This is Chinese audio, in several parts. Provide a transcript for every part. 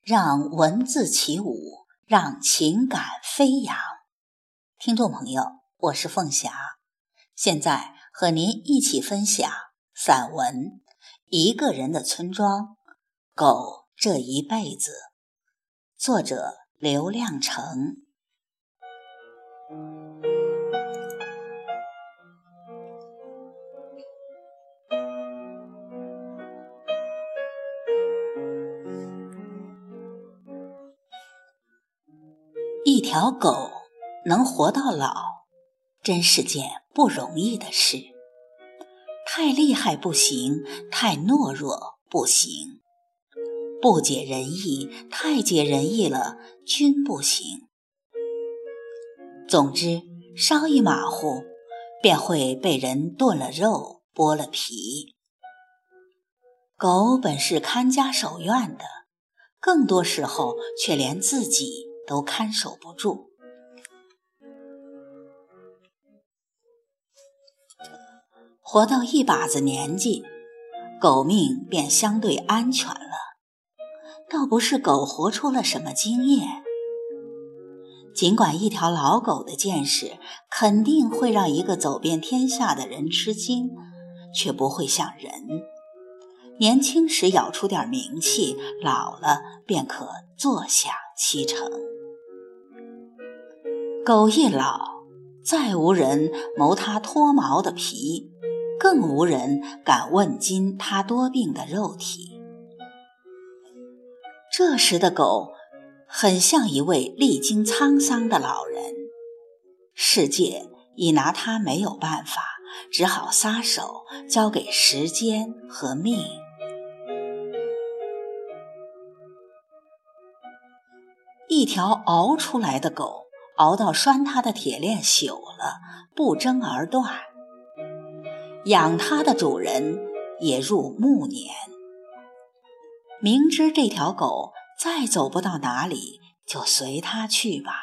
让文字起舞，让情感飞扬。听众朋友，我是凤霞，现在和您一起分享散文《一个人的村庄，狗这一辈子》，作者刘亮程。一条狗能活到老，真是件不容易的事。太厉害不行，太懦弱不行，不解人意，太解人意了，均不行。总之，稍一马虎，便会被人炖了肉，剥了皮。狗本是看家守院的，更多时候却连自己都看守不住。活到一把子年纪，狗命便相对安全了，倒不是狗活出了什么经验。尽管一条老狗的见识肯定会让一个走遍天下的人吃惊，却不会像人，年轻时咬出点名气，老了便可坐享其成。狗一老，再无人谋它脱毛的皮，更无人敢问津它多病的肉体。这时的狗很像一位历经沧桑的老人，世界已拿它没有办法，只好撒手交给时间和命。一条熬出来的狗，熬到拴它的铁链朽了，不争而断，养它的主人也入暮年。明知这条狗再走不到哪里，就随它去吧。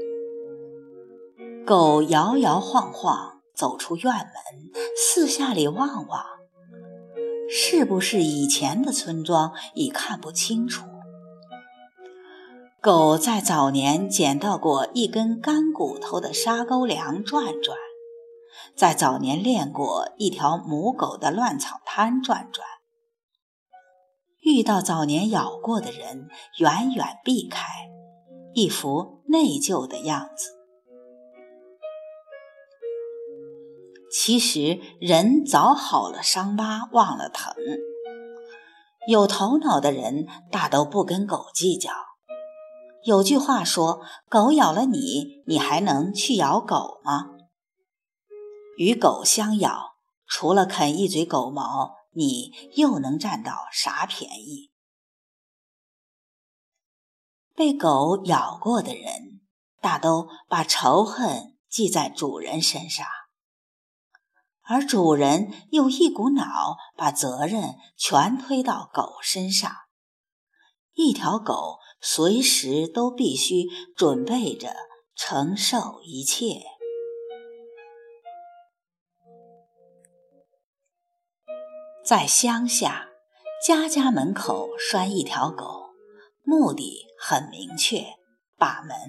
狗摇摇晃晃走出院门，四下里望望，是不是以前的村庄已看不清楚。狗在早年捡到过一根干骨头的沙沟梁转转，在早年练过一条母狗的乱草滩转转，遇到早年咬过的人，远远避开，一副内疚的样子。其实人早好了伤疤忘了疼，有头脑的人大都不跟狗计较。有句话说，狗咬了你，你还能去咬狗吗？与狗相咬，除了啃一嘴狗毛，你又能占到啥便宜？被狗咬过的人，大都把仇恨记在主人身上，而主人又一股脑把责任全推到狗身上。一条狗随时都必须准备着承受一切。在乡下，家家门口拴一条狗，目的很明确，把门。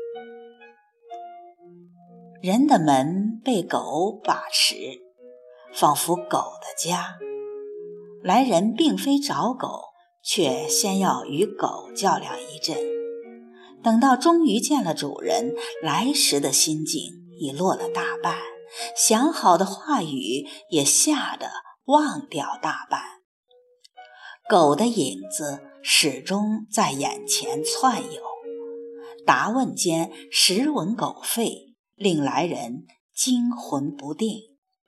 人的门被狗把持，仿佛狗的家。来人并非找狗，却先要与狗较量一阵。等到终于见了主人，来时的心境已落了大半，想好的话语也吓得忘掉大半。狗的影子始终在眼前窜悠，答问间时闻狗吠，令来人惊魂不定。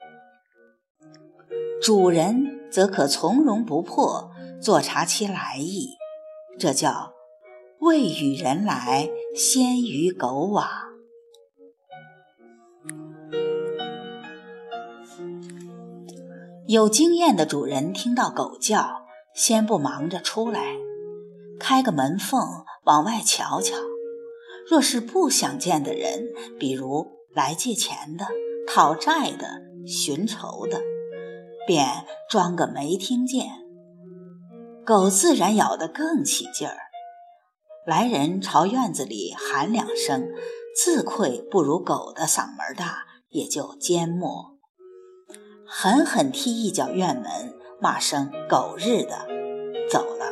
主人则可从容不迫，坐察其来意，这叫未与人来，先与狗往。有经验的主人听到狗叫，先不忙着出来，开个门缝往外瞧瞧。若是不想见的人，比如来借钱的、讨债的、寻仇的，便装个没听见，狗自然咬得更起劲儿。 来人朝院子里喊2声，自愧不如狗的嗓门大，也就缄默，狠狠踢一脚院门，骂声狗日的，走了。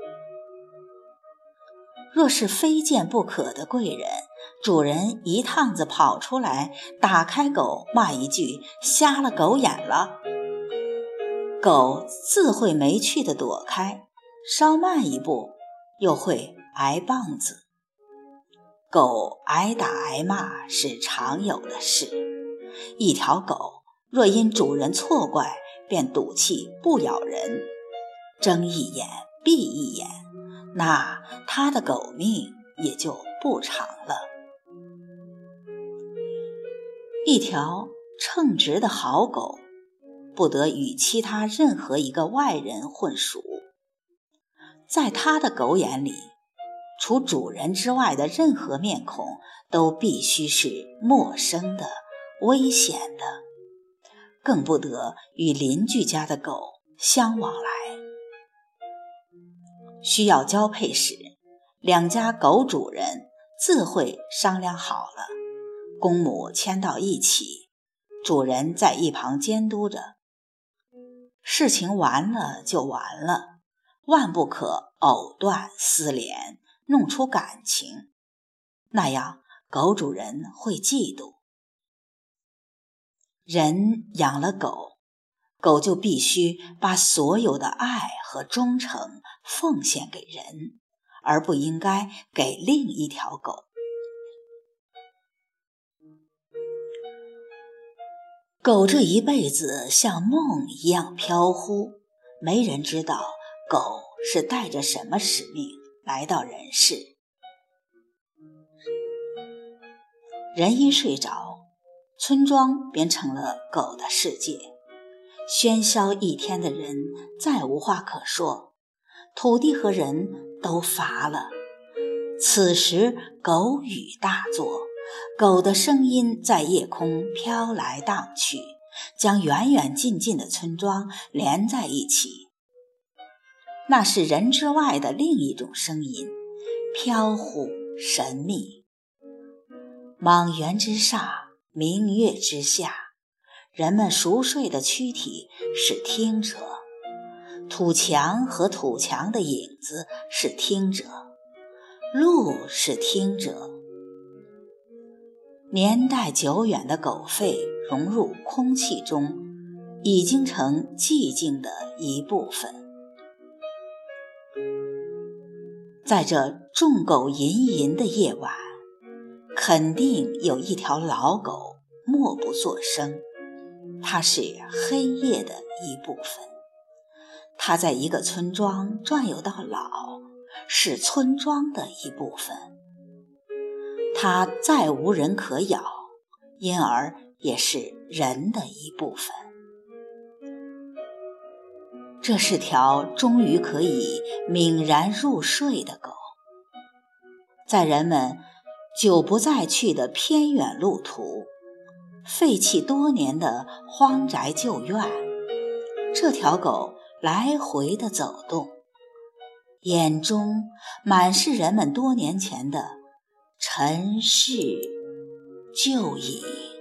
若是非见不可的贵人，主人一趟子跑出来，打开狗，骂一句瞎了狗眼了，狗自会没趣地躲开，稍慢一步又会挨棒子。狗挨打挨骂是常有的事，一条狗若因主人错怪，便赌气不咬人，睁一眼闭一眼，那它的狗命也就不长了。一条称职的好狗，不得与其他任何一个外人混熟，在他的狗眼里，除主人之外的任何面孔都必须是陌生的、危险的，更不得与邻居家的狗相往来。需要交配时，2家狗主人自会商量好了，公母牵到一起，主人在一旁监督着。事情完了就完了，万不可藕断丝连，弄出感情，那样狗主人会嫉妒。人养了狗，狗就必须把所有的爱和忠诚奉献给人，而不应该给另一条狗。狗这一辈子像梦一样飘忽，没人知道狗是带着什么使命来到人世。人一睡着，村庄便成了狗的世界，喧嚣一天的人再无话可说，土地和人都乏了。此时狗语大作，狗的声音在夜空飘来荡去，将远远近近的村庄连在一起。那是人之外的另一种声音，飘忽神秘。莽原之上，明月之下，人们熟睡的躯体是听者，土墙和土墙的影子是听者，路是听者。年代久远的狗吠融入空气中，已经成寂静的一部分。在这众狗吟吟的夜晚，肯定有一条老狗默不作声，它是黑夜的一部分。它在一个村庄转悠到老，是村庄的一部分。它再无人可咬，因而也是人的一部分。这是条终于可以泯然入睡的狗，在人们久不再去的偏远路途，废弃多年的荒宅旧院，这条狗来回地走动，眼中满是人们多年前的尘世旧影。